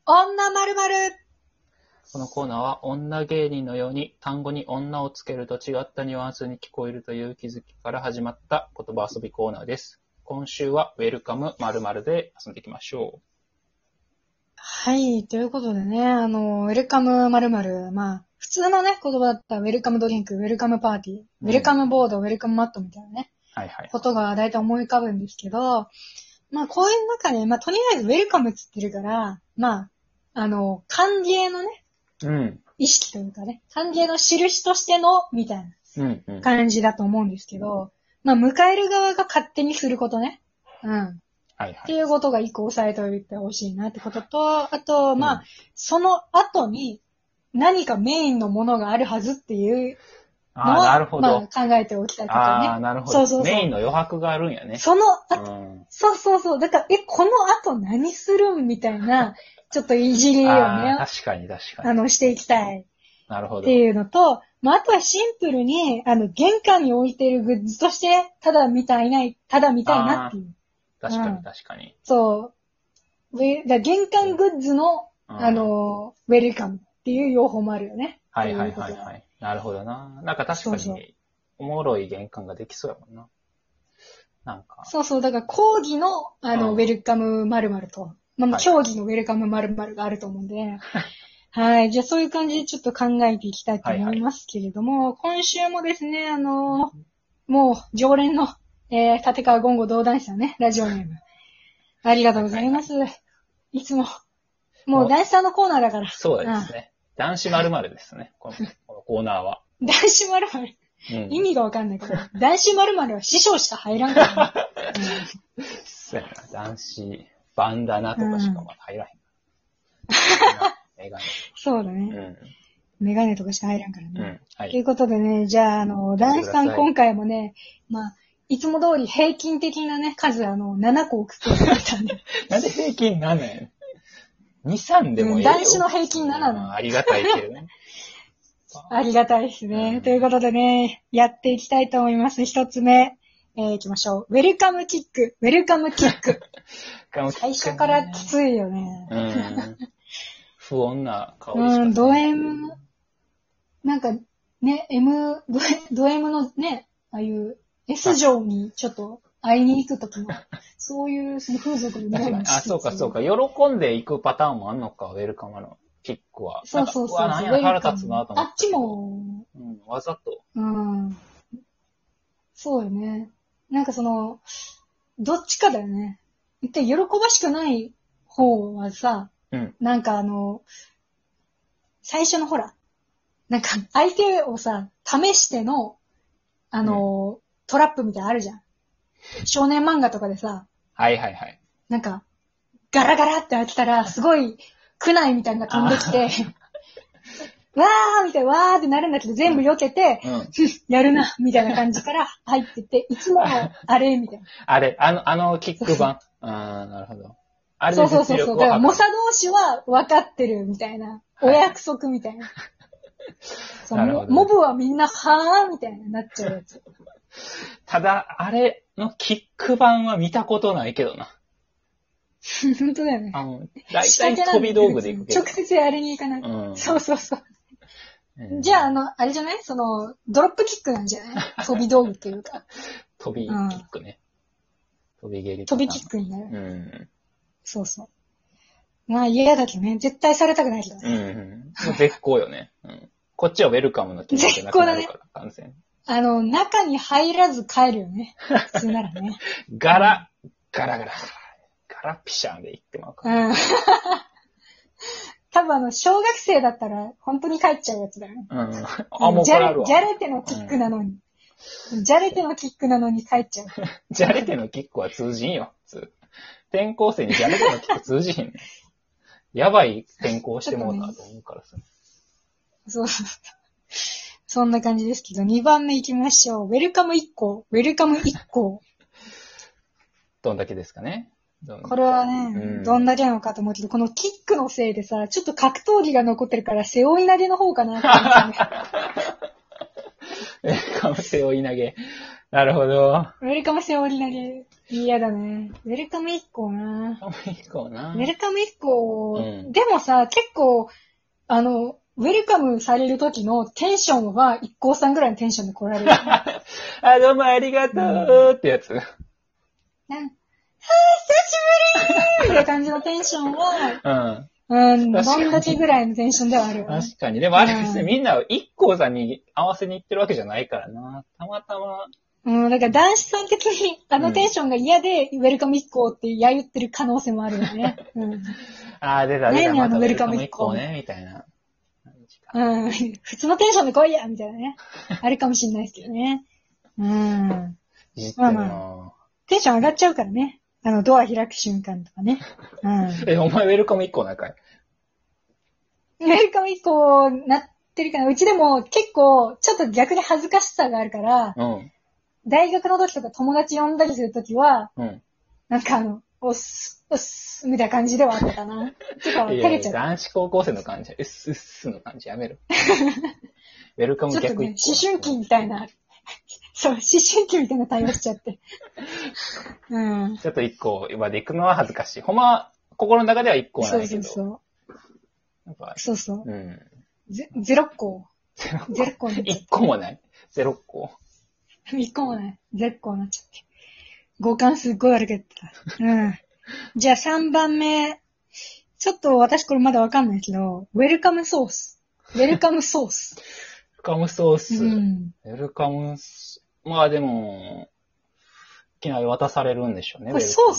女〇〇。 このコーナーは女芸人のように単語に女をつけると違ったニュアンスに聞こえるという気づきから始まった言葉遊びコーナーです。今週はウェルカム〇〇で遊んでいきましょう。 はい、ということでね、ウェルカム〇〇。まあ、普通のね、言葉だったらウェルカムドリンク、ウェルカムパーティー、ウェルカムボード、ウェルカムマットみたいなね、 はいはい。 ことが大体思い浮かぶんですけど、まあ、こういう中で、まあ、とりあえずウェルカムって言ってるから、まあ、歓迎のね、意識というかね、歓迎の印としての、みたいな感じだと思うんですけど、まあ、迎える側が勝手にすることね。 はいはい。 っていうことが一個押さえておいてほしいなってことと、あと、まあ、その後に何かメインのものがあるはずっていうのは、 なるほど。 まあ、考えておきたいとかね。 なるほど。 そう。 メインの余白があるんやね。 その後、そう。だから、この後何するんみたいな、ちょっといじりをね、 確かに。 していきたい。 なるほど。 っていうのと、まあ、あとはシンプルに、玄関に置いてるグッズとして、ただ見たいなっていう。 確かに。 そう。玄関グッズの、ウェルカムっていう用法もあるよね。 はい。なるほどな。なんか確かに、おもろい玄関ができそうやもんな。なんか。 そう。だから、講義の、ウェルカム〇〇と、まあ、競技のウェルカム〇〇があると思うんで、はい。じゃあ、そういう感じでちょっと考えていきたいと思いますけれども、今週もですね、もう、常連の、立川言語道断師さんね、ラジオネーム。ありがとうございます。いつも。もう男子さんのコーナーだから。 そうですね。男子〇〇ですね。このコーナーは。 男子〇〇、意味がわかんないけど、男子〇〇は師匠しか入らんから、ね。 そうやな。男子バンダナとかしかまだ入らへん。メガネ。 そうだね。メガネとかしか入らんからね。 はい。 ということでね、じゃあ、男子さん今回もね、まあ、いつも通り平均的なね、数7個送ってくれたんで。 なんで平均7ねん ?2、3でもいいよ。 男子の平均7なの。 ありがたいけどね。 ありがたいですね。ということでね、やっていきたいと思います。一つ目。行きましょう。ウェルカムキック。最初からきついよね。 不穏な顔でしかド M、なんかね、ド M のね、ああいう S 上にちょっと会いに行くときの、そういうその風俗の匂いもそうか。喜んでいくパターンもあんのか、ウェルカムのキックは。 そう。 何や腹立つなと思って。 あっちも、 わざと。 そうよね。なんかどっちかだよね。一体喜ばしくない方はさ、なんか最初のほら、なんか相手をさ、試しての、トラップみたいなのあるじゃん。少年漫画とかでさ、 はい。 なんか、ガラガラって開けたら、すごい、苦内みたいなのが飛んできて、わーみたいな、わーってなるんだけど、全部避けて、やるな、みたいな感じから入ってて、いつもの、あれ、みたいな。 あれ、キック版。なるほど。あれそう。だから猛者同士は分かってる、みたいな。お約束みたいな。モブはみんな、はーみたいな、なっちゃうやつ。 ただ、あれのキック版は見たことないけどな。 本当だよね。 大体飛び道具で行くけど。 直接あれに行かない。そう。じゃあ、あれじゃないドロップキックなんじゃない飛び道具っていうか。 飛びキックね。飛び蹴り。 飛びキックになる。そう。まあ嫌だけどね。絶対されたくないけどね。 絶好よね。こっちはウェルカムの気持ちがなくなるから、完全。 中に入らず帰るよね。普通ならね。 ガラピシャンで行ってまうから。 多分小学生だったら本当に帰っちゃうやつだよね。 もうこれあるわ。 じゃれてのキックなのに。じゃれてのキックなのに帰っちゃう。 じゃれてのキックは通じんよ。転校生にじゃれてのキック通じひんね。やばい転校してもうたと思うからさ。 そう。そんな感じですけど、2番目行きましょう。ウェルカム1個。 どんだけですかね。 これはね、どんだけなのかと思うけど、このキックのせいでさ、ちょっと格闘技が残ってるから、背負い投げの方かなって思って、 ウェルカム背負い投げ。なるほど。 ウェルカム背負い投げ。 嫌だね。ウェルカム1個な。 1個な。 ウェルカム1個、 うんでもさ、結構、ウェルカムされる時のテンションは一光さんぐらいのテンションで来られる。 あ、どうもありがとうってやつ。 久しぶりみたいな感じのテンションは、 うん。 どんだけぐらいのテンションではあるよね。 確かに。でもあれですね、みんな一光さんに合わせに行ってるわけじゃないからな。たまたま。 だから男子さん的にあのテンションが嫌で、ウェルカム1個ってや言ってる可能性もあるよね。 出た。 ねまたウェルカム1個ね、みたいな。 普通のテンションで来いやみたいなね。あるかもしれないですけどね。 いじってるなテンション上がっちゃうからね。ドア開く瞬間とかね。 お前ウェルカム1個なんかい。 ウェルカム1個なってるかな。うちでも結構、ちょっと逆に恥ずかしさがあるから、大学の時とか友達呼んだりする時は、なんかおっす、みたいな感じではあったかな。てか、照れちゃう。 男子高校生の感じ。うっすの感じやめろ。ウェルカム逆1個。 ちょっとね、思春期みたいな。そう、思春期みたいな対応しちゃって。 ちょっと1個まで行くのは恥ずかしい。ほんまは、心の中では1個はないけど。 そう。0個。0個になっちゃって。 1個もない。0個。 1個もない。0個になっちゃって。五感すっごい悪かった。じゃあ3番目。ちょっと私これまだわかんないけど、ウェルカムソース。ウェルカムソース。 ウェルカムソース。ウェルカム、まあでも、いきなり渡されるんでしょうね。 これソ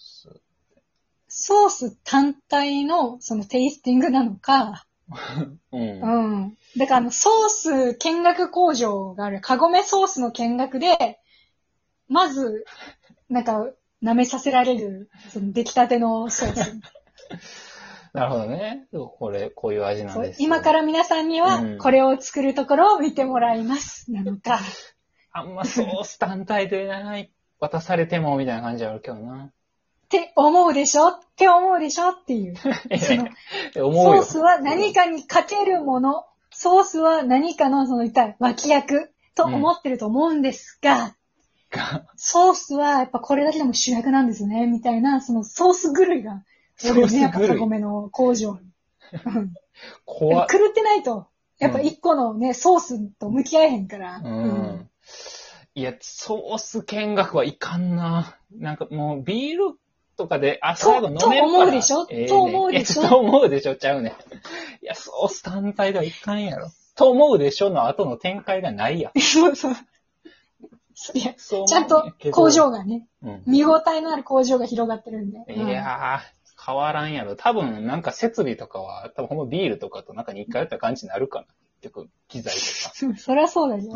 ース単体のそのテイスティングなのか、だからソース見学工場がある。カゴメソースの見学で、まず、なんか、舐めさせられる、その出来たてのソース。 なるほどね。こういう味なんです。 今から皆さんには、これを作るところを見てもらいます。なのか。 あんまソース単体で渡されても、みたいな感じあるけどな。 って思うでしょっていう。ソースは何かにかけるもの。ソースは何かの脇役と思ってると思うんですが、ソースはやっぱこれだけでも主役なんですよね、みたいな、そのソース狂いが、やっぱカゴメの工場に。狂ってないと、やっぱ一個のね、ソースと向き合えへんから。 いや、ソース見学はいかんな。なんかもうビールとかで、最後飲めるから。 と思うでしょと思うでしょと思うでしょちゃうね。いや、ソース単体ではいかんやろ。と思うでしょの後の展開がないやん。 そう。いや、ちゃんと工場がね、見応えのある工場が広がってるんで。 いやー、変わらんやろ。多分、なんか設備とかは、ほんまビールとかとなんか似通った感じになるかな。結構、機材とか。 そりゃそうだよ。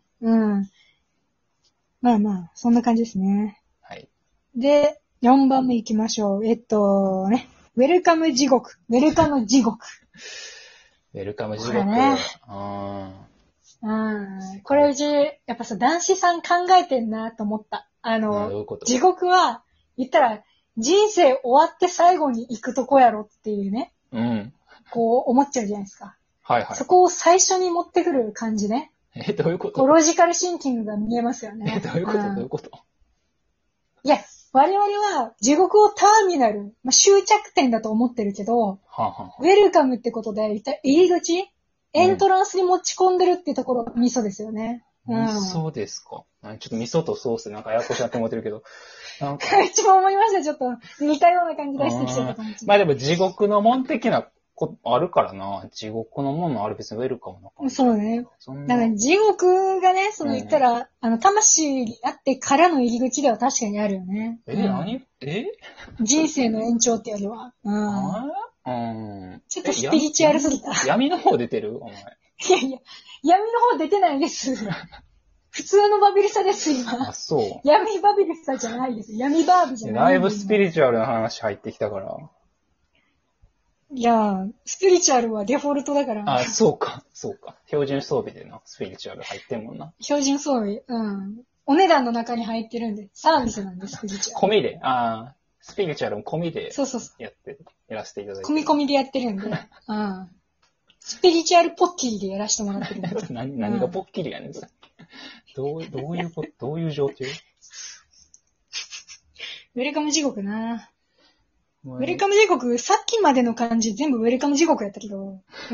まあ、そんな感じですね。 はい。 で、4番目行きましょう。ウェルカム地獄。ウェルカム地獄。 ウェルカム地獄。 これうち、やっぱさ、男子さん考えてんなと思った。地獄は、言ったら、人生終わって最後に行くとこやろっていうね。こう思っちゃうじゃないですか。 はいはい。 そこを最初に持ってくる感じね。 どういうこと？ ロジカルシンキングが見えますよね。 どういうこと？ いや、我々は地獄をターミナル、終着点だと思ってるけど、ウェルカムってことで、入り口エントランスに持ち込んでるっていうところがミソですよね。 ミソですか？ちょっとミソとソースなんかややこしなって思ってるけど。 うちも思いました。ちょっと似たような感じ出してきちゃった感じ。 でも地獄の門的なあるからな。地獄の門のある別にウェルカムな感じ。 そうね。だから地獄がね、言ったら、魂にあってからの入り口では確かにあるよね。 何？ 人生の延長ってよりは。ちょっとスピリチュアルすぎた。 闇の方出てるお前。 いや、闇の方出てないです。普通のバビルサです、今。 そう。 闇バビルサじゃないです。闇バービじゃない。 だいぶスピリチュアルな話入ってきたから。 いやスピリチュアルはデフォルトだから。 そうか。標準装備でな、スピリチュアル入ってんもんな。 標準装備、お値段の中に入ってるんで、サービスなんで、スピリチュアル。 込みで、スピリチュアルも込みで。 そう。 やらせていただいて。 込みでやってるんで、スピリチュアルポッキリでやらせてもらってるんで。 何がポッキリやねん、どういう状況？ ウェルカム地獄な。 ウウェルカム地獄、さっきまでの感じ全部ウェルカム地獄やったけど、うん。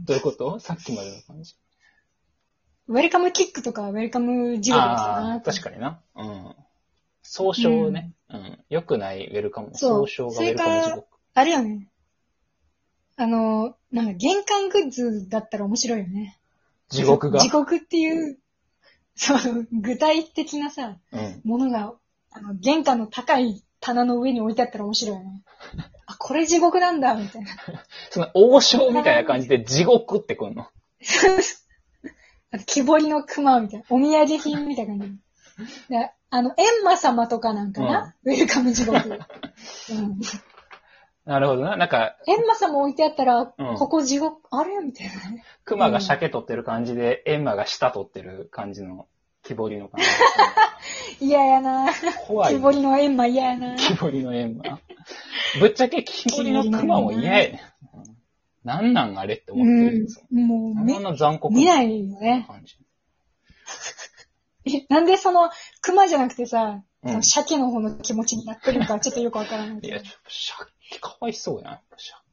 どういうことさっきまでの感じ。 ウェルカムキックとかウェルカム地獄だったな。 確かにな。うん。総称ね。うん。良くないウェルカム。総称がウェルカム地獄。 あれよね。なんか玄関グッズだったら面白いよね。 地獄が。 地獄っていう、そう、具体的なさ、ものが、玄関の高い棚の上に置いてあったら面白いよね。あ、これ地獄なんだ、みたいな。 その王将みたいな感じで地獄ってくんの。 あと木彫りの熊みたいな。お土産品みたいな感じ。で閻魔様とかなんかな、ウェルカム地獄。 なるほどな。なんか、 閻魔様置いてあったら、ここ地獄、あれみたいなね。 熊が鮭取ってる感じで、閻魔が舌取ってる感じの木彫りの感じ。嫌やな。 怖い。 木彫りの閻魔嫌やな。 木彫りの閻魔。ぶっちゃけ木彫りの熊も嫌やね。なんなんあれって思ってるんですよ。 もう、 あんな残酷見ないよね。なんでその、熊じゃなくてさ、鮭の方の気持ちになってるのかちょっとよくわからない。 いや、鮭かわいそうやな。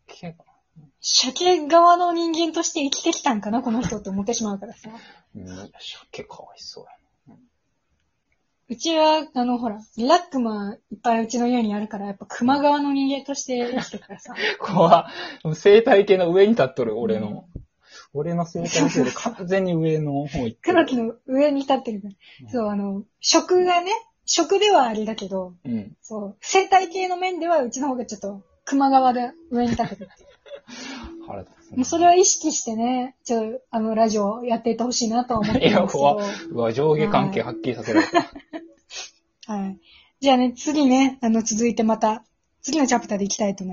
鮭側の人間として生きてきたんかな、この人って思ってしまうからさ。 鮭かわいそうやな。 うちは、ほら、リラックマいっぱいうちの家にあるから、やっぱ熊側の人間として生きてるからさ。 生態系の上に立っとる、俺の生態系で完全に上の方行ってる。 黒木の上に立ってるから。そう、食がね、食ではあれだけど、そう、生態系の面ではうちの方がちょっと、熊側で上に立ってる。もうそれは意識してね、ラジオやっていってほしいなとは思ってるんですけど。 うわ、上下関係はっきりさせられた。 はい。じゃあね、次ね、続いてまた、次のチャプターでいきたいと思います。